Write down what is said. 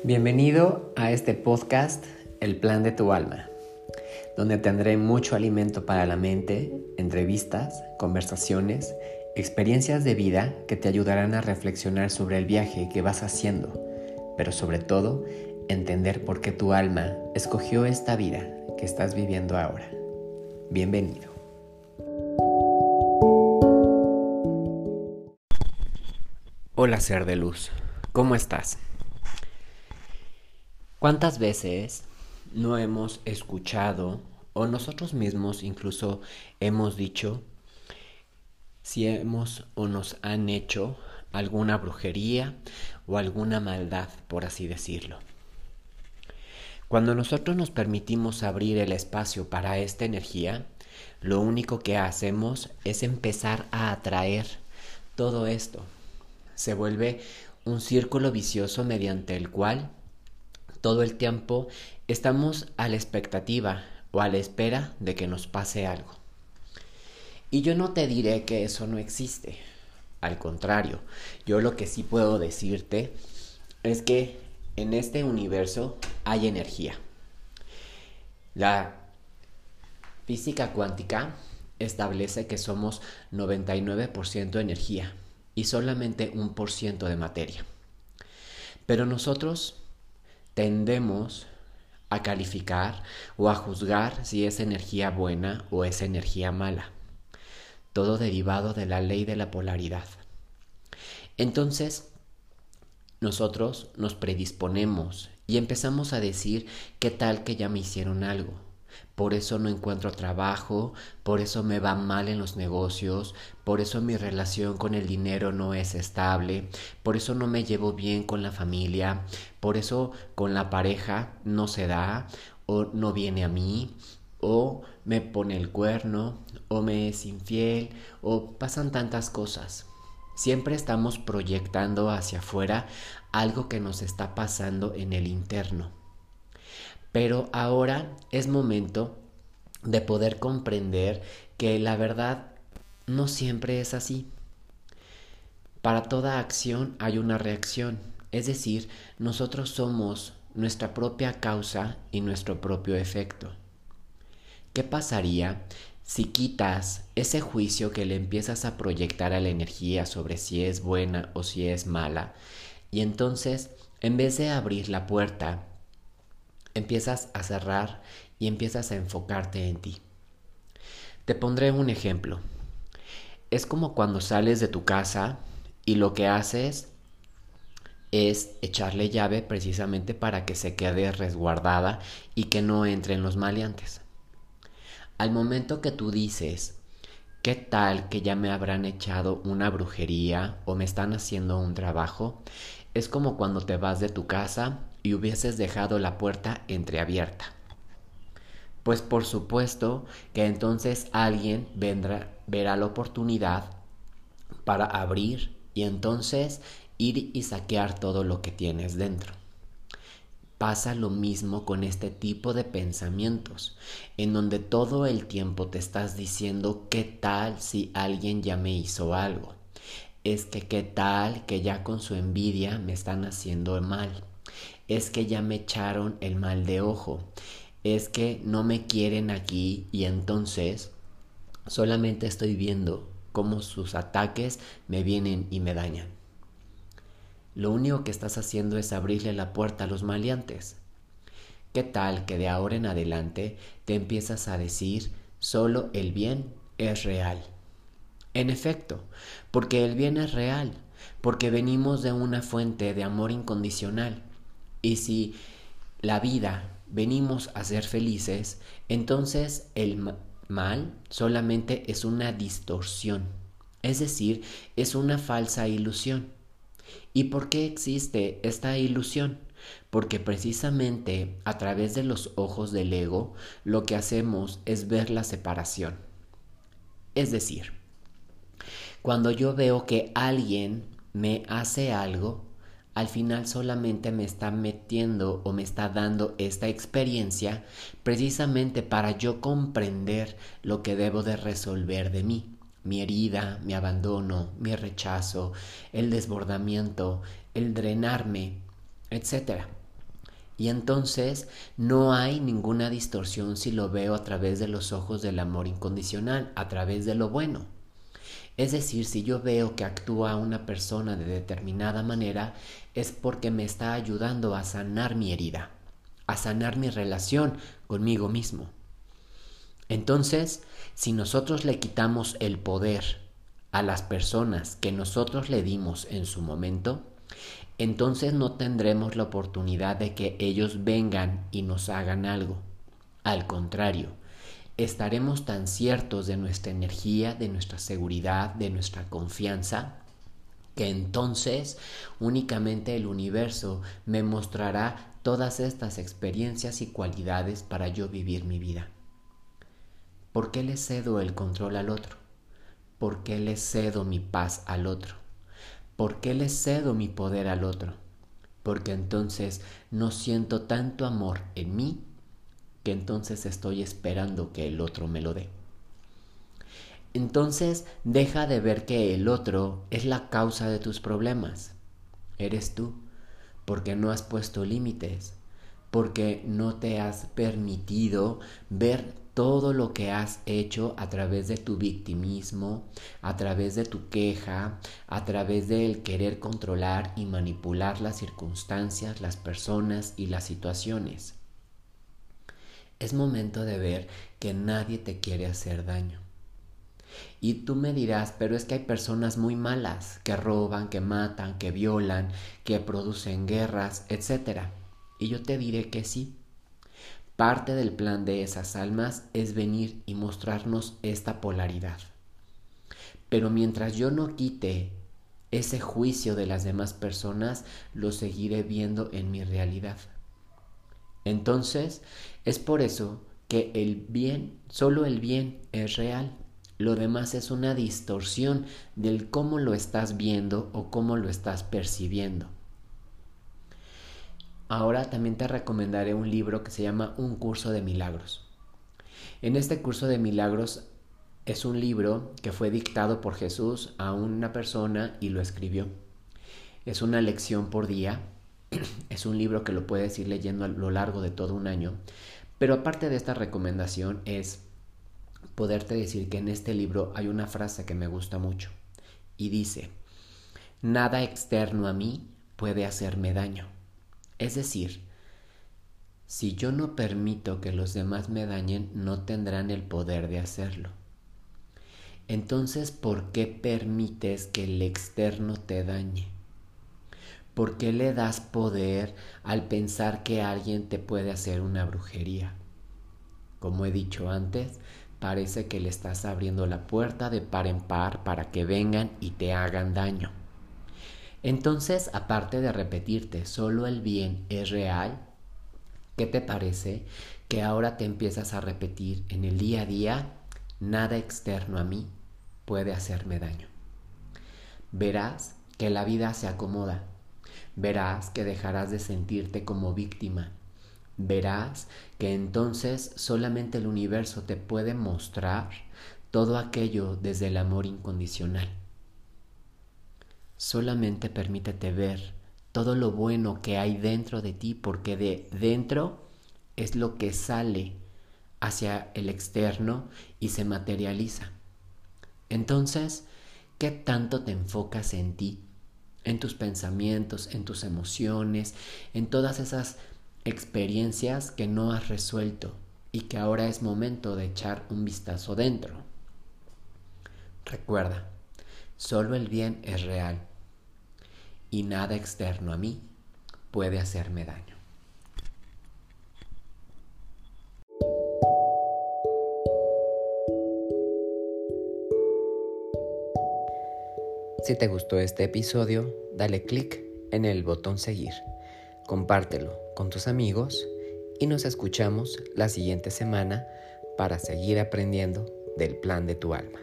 Bienvenido a este podcast, El Plan de tu Alma, donde tendré mucho alimento para la mente, entrevistas, conversaciones, experiencias de vida que te ayudarán a reflexionar sobre el viaje que vas haciendo, pero sobre todo, entender por qué tu alma escogió esta vida que estás viviendo ahora. Bienvenido. Hola, ser de luz, ¿cómo estás? ¿Cuántas veces no hemos escuchado o nosotros mismos incluso hemos dicho si hemos o nos han hecho alguna brujería o alguna maldad, por así decirlo? Cuando nosotros nos permitimos abrir el espacio para esta energía, lo único que hacemos es empezar a atraer todo esto. Se vuelve un círculo vicioso mediante el cual todo el tiempo estamos a la expectativa o a la espera de que nos pase algo. Y yo no te diré que eso no existe. Al contrario, yo lo que sí puedo decirte es que en este universo hay energía. La física cuántica establece que somos 99% energía y solamente 1% de materia. Pero nosotros tendemos a calificar o a juzgar si es energía buena o es energía mala, todo derivado de la ley de la polaridad. Entonces, nosotros nos predisponemos y empezamos a decir qué tal que ya me hicieron algo. Por eso no encuentro trabajo, por eso me va mal en los negocios, por eso mi relación con el dinero no es estable, por eso no me llevo bien con la familia, por eso con la pareja no se da, o no viene a mí, o me pone el cuerno, o me es infiel, o pasan tantas cosas. Siempre estamos proyectando hacia afuera algo que nos está pasando en el interno. Pero ahora es momento de poder comprender que la verdad no siempre es así. Para toda acción hay una reacción, es decir, nosotros somos nuestra propia causa y nuestro propio efecto. ¿Qué pasaría si quitas ese juicio que le empiezas a proyectar a la energía sobre si es buena o si es mala? Y entonces, en vez de abrir la puerta, empiezas a cerrar y empiezas a enfocarte en ti. Te pondré un ejemplo. Es como cuando sales de tu casa y lo que haces es echarle llave precisamente para que se quede resguardada y que no entren los maleantes. Al momento que tú dices, ¿qué tal que ya me habrán echado una brujería o me están haciendo un trabajo? Es como cuando te vas de tu casa y hubieses dejado la puerta entreabierta. Pues por supuesto que entonces alguien verá la oportunidad para abrir y entonces ir y saquear todo lo que tienes dentro. Pasa lo mismo con este tipo de pensamientos, en donde todo el tiempo te estás diciendo ¿qué tal si alguien ya me hizo algo? Es que ¿qué tal que ya con su envidia me están haciendo mal? Es que ya me echaron el mal de ojo. Es que no me quieren aquí y entonces solamente estoy viendo cómo sus ataques me vienen y me dañan. Lo único que estás haciendo es abrirle la puerta a los maleantes. ¿Qué tal que de ahora en adelante te empiezas a decir solo el bien es real? En efecto, porque el bien es real, porque venimos de una fuente de amor incondicional. Y si la vida venimos a ser felices, entonces el mal solamente es una distorsión, es decir, es una falsa ilusión. ¿Y por qué existe esta ilusión? Porque precisamente a través de los ojos del ego lo que hacemos es ver la separación. Es decir, cuando yo veo que alguien me hace algo, al final solamente me está metiendo o me está dando esta experiencia precisamente para yo comprender lo que debo de resolver de mí. Mi herida, mi abandono, mi rechazo, el desbordamiento, el drenarme, etc. Y entonces no hay ninguna distorsión si lo veo a través de los ojos del amor incondicional, a través de lo bueno. Es decir, si yo veo que actúa una persona de determinada manera, es porque me está ayudando a sanar mi herida, a sanar mi relación conmigo mismo. Entonces, si nosotros le quitamos el poder a las personas que nosotros le dimos en su momento, entonces no tendremos la oportunidad de que ellos vengan y nos hagan algo. Al contrario, estaremos tan ciertos de nuestra energía, de nuestra seguridad, de nuestra confianza, que entonces únicamente el universo me mostrará todas estas experiencias y cualidades para yo vivir mi vida. ¿Por qué le cedo el control al otro? ¿Por qué le cedo mi paz al otro? ¿Por qué le cedo mi poder al otro? Porque entonces no siento tanto amor en mí que entonces estoy esperando que el otro me lo dé. Entonces deja de ver que el otro es la causa de tus problemas. Eres tú, porque no has puesto límites, porque no te has permitido ver todo lo que has hecho a través de tu victimismo, a través de tu queja, a través del querer controlar y manipular las circunstancias, las personas y las situaciones. Es momento de ver que nadie te quiere hacer daño. Y tú me dirás, pero es que hay personas muy malas, que roban, que matan, que violan, que producen guerras, etc. Y yo te diré que sí. Parte del plan de esas almas es venir y mostrarnos esta polaridad. Pero mientras yo no quite ese juicio de las demás personas, lo seguiré viendo en mi realidad. Entonces, es por eso que el bien, solo el bien es real. Lo demás es una distorsión del cómo lo estás viendo o cómo lo estás percibiendo. Ahora también te recomendaré un libro que se llama Un curso de milagros. En este curso de milagros es un libro que fue dictado por Jesús a una persona y lo escribió. Es una lección por día. Es un libro que lo puedes ir leyendo a lo largo de todo un año. Pero aparte de esta recomendación es poderte decir que en este libro hay una frase que me gusta mucho. Y dice, nada externo a mí puede hacerme daño. Es decir, si yo no permito que los demás me dañen, no tendrán el poder de hacerlo. Entonces, ¿por qué permites que el externo te dañe? ¿Por qué le das poder al pensar que alguien te puede hacer una brujería? Como he dicho antes, parece que le estás abriendo la puerta de par en par para que vengan y te hagan daño. Entonces, aparte de repetirte, solo el bien es real, ¿qué te parece que ahora te empiezas a repetir en el día a día? Nada externo a mí puede hacerme daño. Verás que la vida se acomoda. Verás que dejarás de sentirte como víctima. Verás que entonces solamente el universo te puede mostrar todo aquello desde el amor incondicional. Solamente permítete ver todo lo bueno que hay dentro de ti, porque de dentro es lo que sale hacia el externo y se materializa. Entonces, ¿qué tanto te enfocas en ti? En tus pensamientos, en tus emociones, en todas esas experiencias que no has resuelto y que ahora es momento de echar un vistazo dentro. Recuerda, solo el bien es real y nada externo a mí puede hacerme daño. Si te gustó este episodio, dale clic en el botón seguir, compártelo con tus amigos y nos escuchamos la siguiente semana para seguir aprendiendo del plan de tu alma.